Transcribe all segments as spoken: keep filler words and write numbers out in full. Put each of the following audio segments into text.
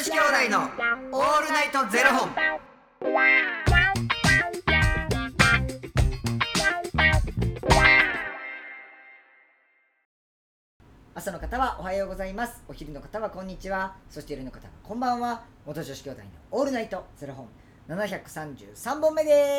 子兄弟のオールナイトゼロ本。朝の方はおはようございます。お昼の方はこんにちは。そして夜の方はこんばんは。元女子兄弟のオールナイトゼロ本ななひゃくさんじゅうさんぼんめです。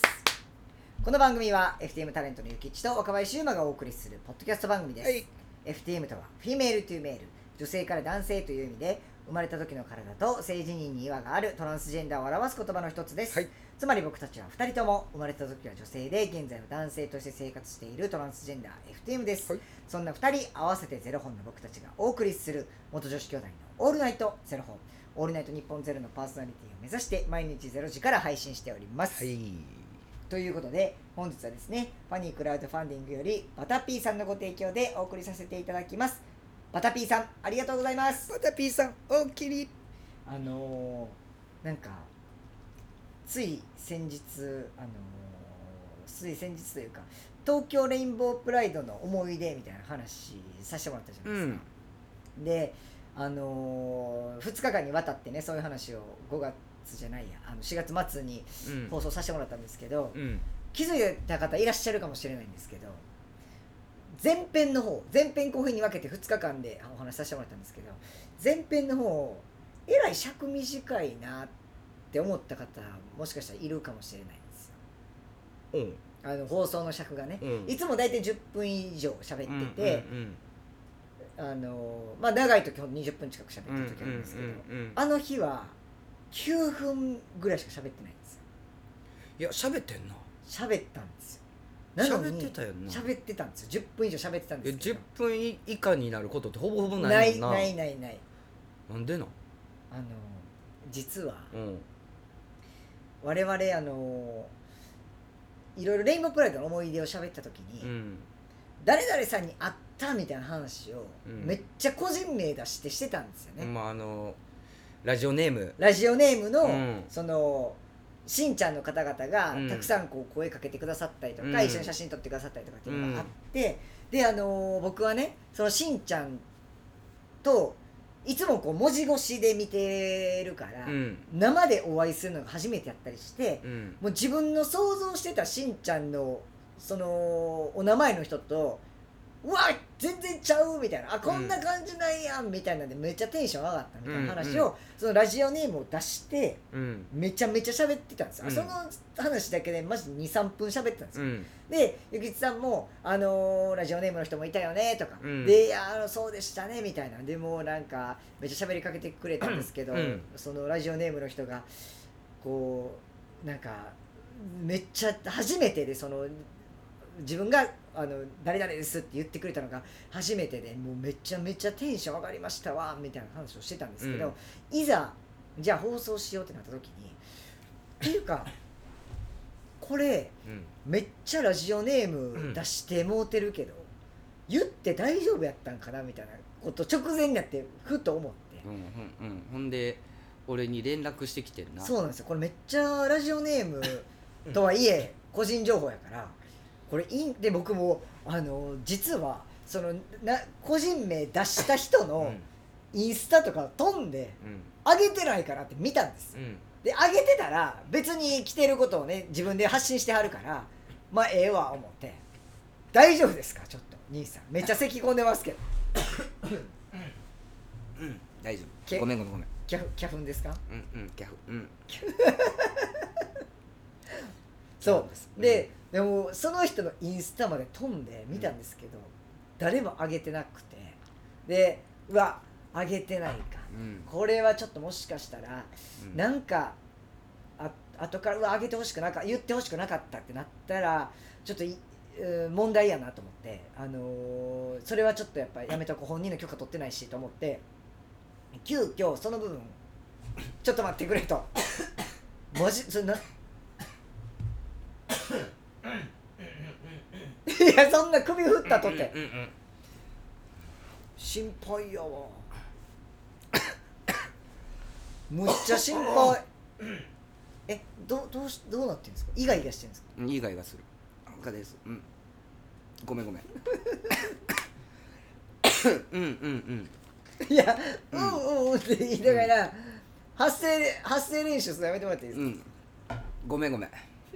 この番組は エフティーエム タレントのゆきちと若林優馬がお送りするポッドキャスト番組です、はい、エフティーエム とはフィメールトゥーメール、女性から男性という意味で、生まれた時の体と性自認に違和があるトランスジェンダーを表す言葉の一つです、はい、つまり僕たちはふたりとも生まれた時は女性で現在は男性として生活しているトランスジェンダー エフティーエム です、はい、そんなふたり合わせてゼロ本の僕たちがお送りする元女子兄弟のオールナイトゼロ本、オールナイト日本ゼロのパーソナリティを目指して毎日ゼロ時から配信しております、はい、ということで本日はですね、ファニークラウドファンディングよりバタピーさんのご提供でお送りさせていただきます。バタピーさんありがとうございます。 バタピーさんおおきに。 あのー、なんかつい先日あのー、つい先日というか東京レインボープライドの思い出みたいな話させてもらったじゃないですか、うん、であのー、ふつかかんにわたってね、そういう話をごがつじゃないやあのしがつまつに放送させてもらったんですけど、うん、気づいた方いらっしゃるかもしれないんですけど、前編の方前編後編に分けてふつかかんでお話しさせてもらったんですけど、前編の方えらい尺短いなって思った方もしかしたらいるかもしれないんですよ、うん、あの放送の尺がね、うん、いつもだいたいじゅっぷん以上喋ってて、うんうんうん、あのまあ長い時ほんにじゅっぷん近く喋ってる時あるんですけど、うんうんうんうん、あの日はきゅうふんぐらいしか喋ってないんですよ。 いや喋ってんな。 喋ったんですよ。 なのに喋ってたよな。 喋ってたんですよ。じゅっぷん以上喋ってたんですけど。 じゅっぷん以下になることってほぼほぼないもんな。 ないないないない。 なんでな。 あの実は、 うん、 我々あのいろいろレインボープライドの思い出を喋った時に、うん、誰々さんに会ったみたいな話を、うん、めっちゃ個人名出してしてたんですよね。 まああのラジオネームラジオネームの、うん、そのしんちゃんの方々がたくさんこう声かけてくださったりとか、うん、一緒に写真撮ってくださったりとかっていうのがあって、うん、であのー、僕はねそのしんちゃんといつもこう文字越しで見てるから、うん、生でお会いするのが初めてやったりして、うん、もう自分の想像してたしんちゃんのそのお名前の人とうわ全然ちゃうみたいな、あこんな感じなんやんみたいなんでめっちゃテンション上がったみたいな話を、うんうん、そのラジオネームを出して、うん、めちゃめちゃ喋ってたんですよ、うん、その話だけでマジで にさんぷん喋ってたんですよ、うん、でゆきちさんも、あのー、ラジオネームの人もいたよねとか、うん、でいやあのそうでしたねみたいなでもなんかめっちゃ喋りかけてくれたんですけど、うん、そのラジオネームの人がこうなんかめっちゃ初めてでその自分があの誰々ですって言ってくれたのが初めてで、もうめちゃめちゃテンション上がりましたわみたいな話をしてたんですけど、うん、いざじゃあ放送しようってなった時にっていうかこれ、うん、めっちゃラジオネーム出してもうてるけど、うん、言って大丈夫やったんかなみたいなこと直前になってふと思って、 うんうんうん、ほんで俺に連絡してきてんな。 そうなんですよ。これめっちゃラジオネームとはいえ個人情報やからこれいいで、僕もあの実はそのな個人名出した人のインスタとか飛んで、うん、上げてないからって見たんです、うん、で上げてたら別に来てることをね自分で発信してはるからまあええわ思って、大丈夫ですかちょっと兄さんめっちゃ咳込んでますけどうん、うん、大丈夫、ごめんごめんごめん、 キャフキャフンですか。 うんうんキャフうんそうで、でもその人のインスタまで飛んで見たんですけど、うん、誰も上げてなくて、でうわ上げてないか、うん、これはちょっともしかしたら、うん、なんかあ後からうわ上げてほしくなかった言ってほしくなかったってなったらちょっとい問題やなと思って、あのー、それはちょっとやっぱりやめとこう、本人の許可取ってないしと思って急遽その部分ちょっと待ってくれとマジそれないやそんな首振ったとって、うんうんうん、心配やわむっちゃ心配えどどうしどうなってんですか。イガイガしてるんですか。 イガイガする赤です、うん、ごめんごめんうんうんうんいや、うん、うんうんって言いながら、うん、発声発声練習するのやめてもらっていいですか、 うん、ごめんごめん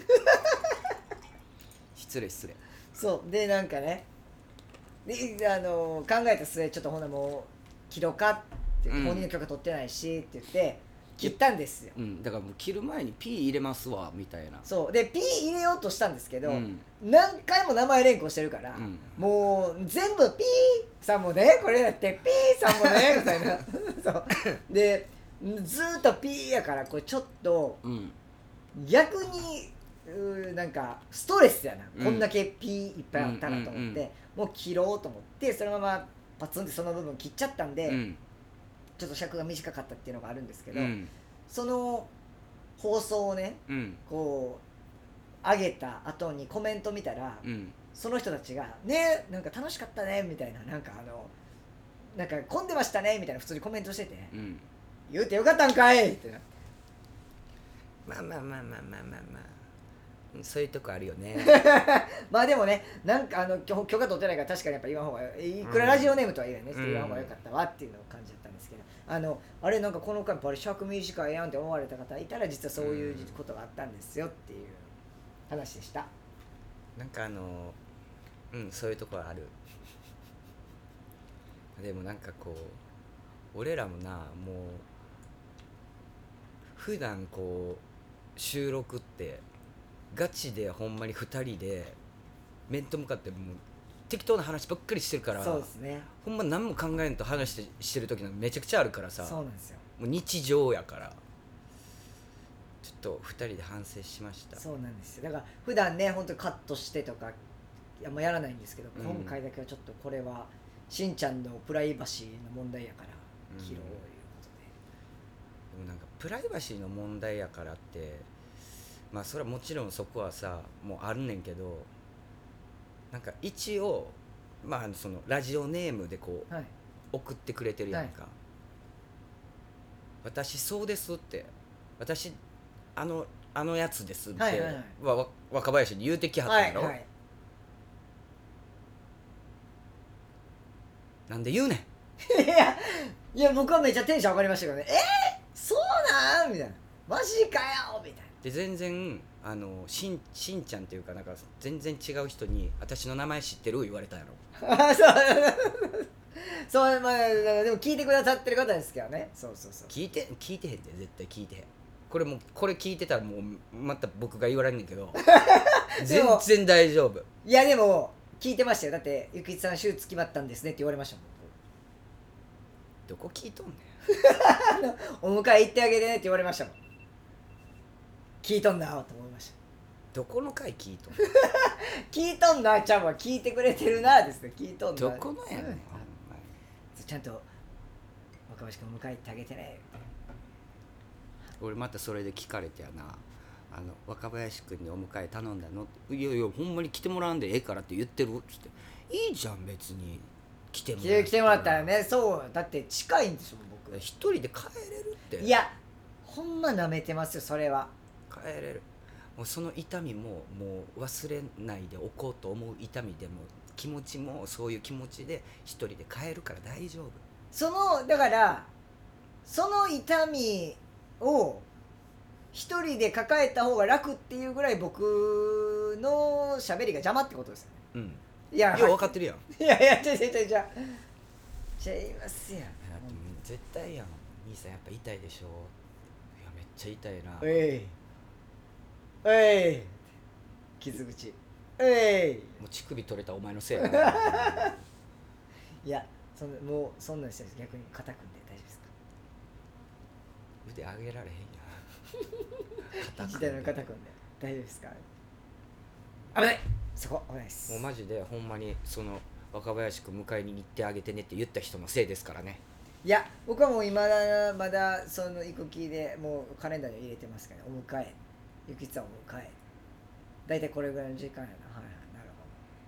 失礼失礼。 そうでなんかねであの考えた末ちょっとほんなもう切ろうかって、うん、本人の許可取ってないしって言って切ったんですよ、 うん、だからもう切る前に P 入れますわみたいな。 そうで P 入れようとしたんですけど、うん、何回も名前連呼してるから、うん、もう全部 P さんもねこれだって P さんもねみたいなそうでずーっと P やからこれちょっと、うん、逆にうなんかストレスやな、うん、こんだけ P いっぱいあったなと思って、うんうんうん、もう切ろうと思ってそのままパツンってその部分切っちゃったんで、うん、ちょっと尺が短かったっていうのがあるんですけど、うん、その放送をね、うん、こう上げた後にコメント見たら、うん、その人たちがねなんか楽しかったねみたいななんかあのなんか混んでましたねみたいな普通にコメントしてて、うん、言うてよかったんかいってなってまあまあまあまあまあまあまあそういうとこあるよねまあでもねなんかあの許可取ってないから確かにやっぱ言わん方がいくらラジオネームとは言えないね、うん、言わん方が良かったわっていうのを感じだったんですけど、あのあれなんかこの回やっぱり尺短いやんって思われた方いたら実はそういうことがあったんですよっていう話でした。 なんかあのうんそういうところあるでもなんかこう俺らもなもう普段こう収録ってガチでほんまにふたりで面と向かってもう適当な話ばっかりしてるから、 そうですね、 ほんま何も考えんと話して、してる時なんかめちゃくちゃあるからさ、 そうなんですよ、 もう日常やからちょっとふたりで反省しました。 そうなんですよ、だから普段ね本当にカットしてとかあんまやらないんですけど、うん、今回だけはちょっとこれはしんちゃんのプライバシーの問題やから切ろういうことで、 うん、でもなんかプライバシーの問題やからってまあそれはもちろんそこはさもうあるねんけど、なんか一応まあそのラジオネームでこう、はい、送ってくれてるやんか、はい、私そうですって私あのあのやつですって、はいはいはい、わ若林に言うてきはったんやろ、はいはい、なんで言うねんいやいや僕はめっちゃテンション上がりましたけどね、えー、そうなんみたいな、マジかよみたいなで全然あのしん、しんちゃんっていうかなんか全然違う人に私の名前知ってる言われたんやろあそうそうまあでも聞いてくださってる方ですけどね、そうそうそう聞いて聞いてへんで絶対聞いてへん、これもうこれ聞いてたらもうまた僕が言われんねんけど全然大丈夫。 いやでも聞いてましたよ、だってゆきいちさん手術決まったんですねって言われましたもん。 どこ聞いとんねんお迎え行ってあげてねって言われましたもん。聞いとんなと思いました。 どこの回聞いとん聞いとんなちゃんは聞いてくれてるなですね、聞いとんなどこのやねん、うん、 ちゃんと若林君迎え行ってあげてね。 俺またそれで聞かれてやな、あの若林君にお迎え頼んだのって、いやいやほんまに来てもらうんでええからって言ってるっつって、いいじゃん別に来てもらったら来てもらったらね、そうだって近いんでしょ僕一人で帰れるって。 いやほんま舐めてますよそれは。 帰れる、もうその痛みももう忘れないでおこうと思う痛みでも気持ちもそういう気持ちで一人で帰るから大丈夫。 そのだからその痛みを一人で抱えた方が楽っていうぐらい僕の喋りが邪魔ってことですよね。 うん。いや、いや分かってるやん。 いやいや、ちゃいちゃいちゃいちゃいちゃいますやん。 絶対やん。兄さんやっぱ痛いでしょ。いやめっちゃ痛いな。 えい。えい。傷口。えい。 もう乳首取れたお前のせいやな。 いや、そんなもうそんなんしたら逆に肩組んで大丈夫ですか。 腕上げられへんや。 肩組んで肩組んで大丈夫ですか。危ない。そこ危ないです。 もうマジでほんまにその若林君迎えに行ってあげてねって言った人のせいですからね。 いや僕はもう今だまだその行く気でもうカレンダーに入れてますから、ね、お迎えゆきつさんお迎えだいたいこれぐらいの時間やな。はいはい、なる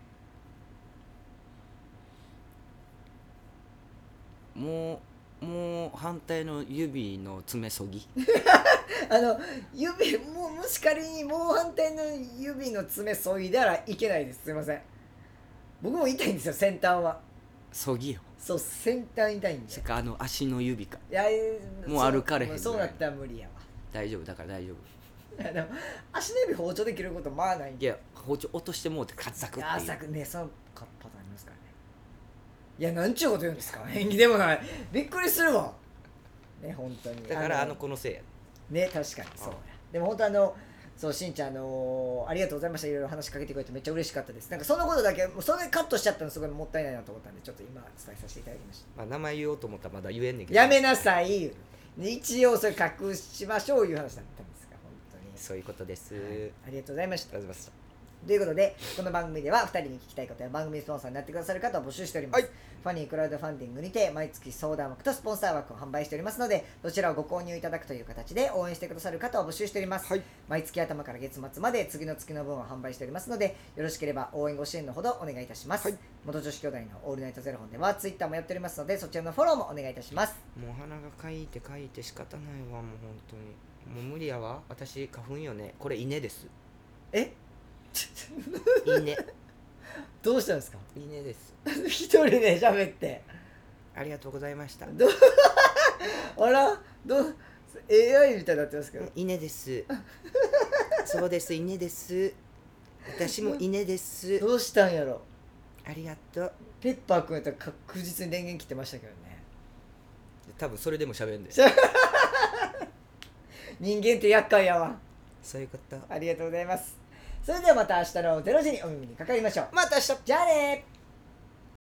ほど。もうもう反対の指の爪そぎあの指もうもし仮にもう反対の指の爪そいだらいけないです。すいません、僕も痛いんですよ先端は。 そぎよ。 そう先端痛いんだよ。 それかあの足の指か。 いやもう歩かれへんぐらいそうなったら無理やわ。 大丈夫だから大丈夫。 いやでも足の指包丁で切ることまあないんで。 いや包丁落としてもうてカッザクっていう。 浅くねそのパターンありますからね。いやなんちゅうこと言うんですか。演技でもない。びっくりするわ。ね本当に。 だからあの子のせいやね確かにそうや。でも本当あのそうしんちゃんあのー、ありがとうございました。いろいろ話しかけてくれてめっちゃ嬉しかったです。なんかそのことだけそれカットしちゃったのすごいもったいないなと思ったんでちょっと今伝えさせていただきました。 まあ名前言おうと思ったらまだ言えんねんけど。 やめなさい。一応それ隠しましょういう話だったんですが本当にそういうことです、 はい、ありがとうございました。 ありがとうございました。 ということでこの番組ではふたりに聞きたいことや番組スポンサーになってくださる方を募集しております、 はい、 ファニークラウドファンディングにて毎月相談枠とスポンサー枠を販売しておりますのでどちらをご購入いただくという形で応援してくださる方を募集しております、 はい、 毎月頭から月末まで次の月の分を販売しておりますのでよろしければ応援ご支援のほどお願いいたします、はい、元女子兄弟のオールナイトゼロ本ではツイッターもやっておりますのでそちらのフォローもお願いいたします。 もう鼻がかいてかいて仕方ないわもう本当にもう無理やわ。私花粉よね。これ稲です。 え稲どうしたんですか。 稲です一人で喋ってありがとうございました。 どあらど エーアイ みたいになってますけど稲ですそうです稲です私も稲ですどうしたんやろ。 ありがとう。 ペッパーくんやったら確実に電源切ってましたけどね。 多分それでも喋んで人間って厄介やわ。 そういうこと。 ありがとうございます。それではまた明日のゼロ時にお耳にかかりましょう。 また明日。 じゃあねー。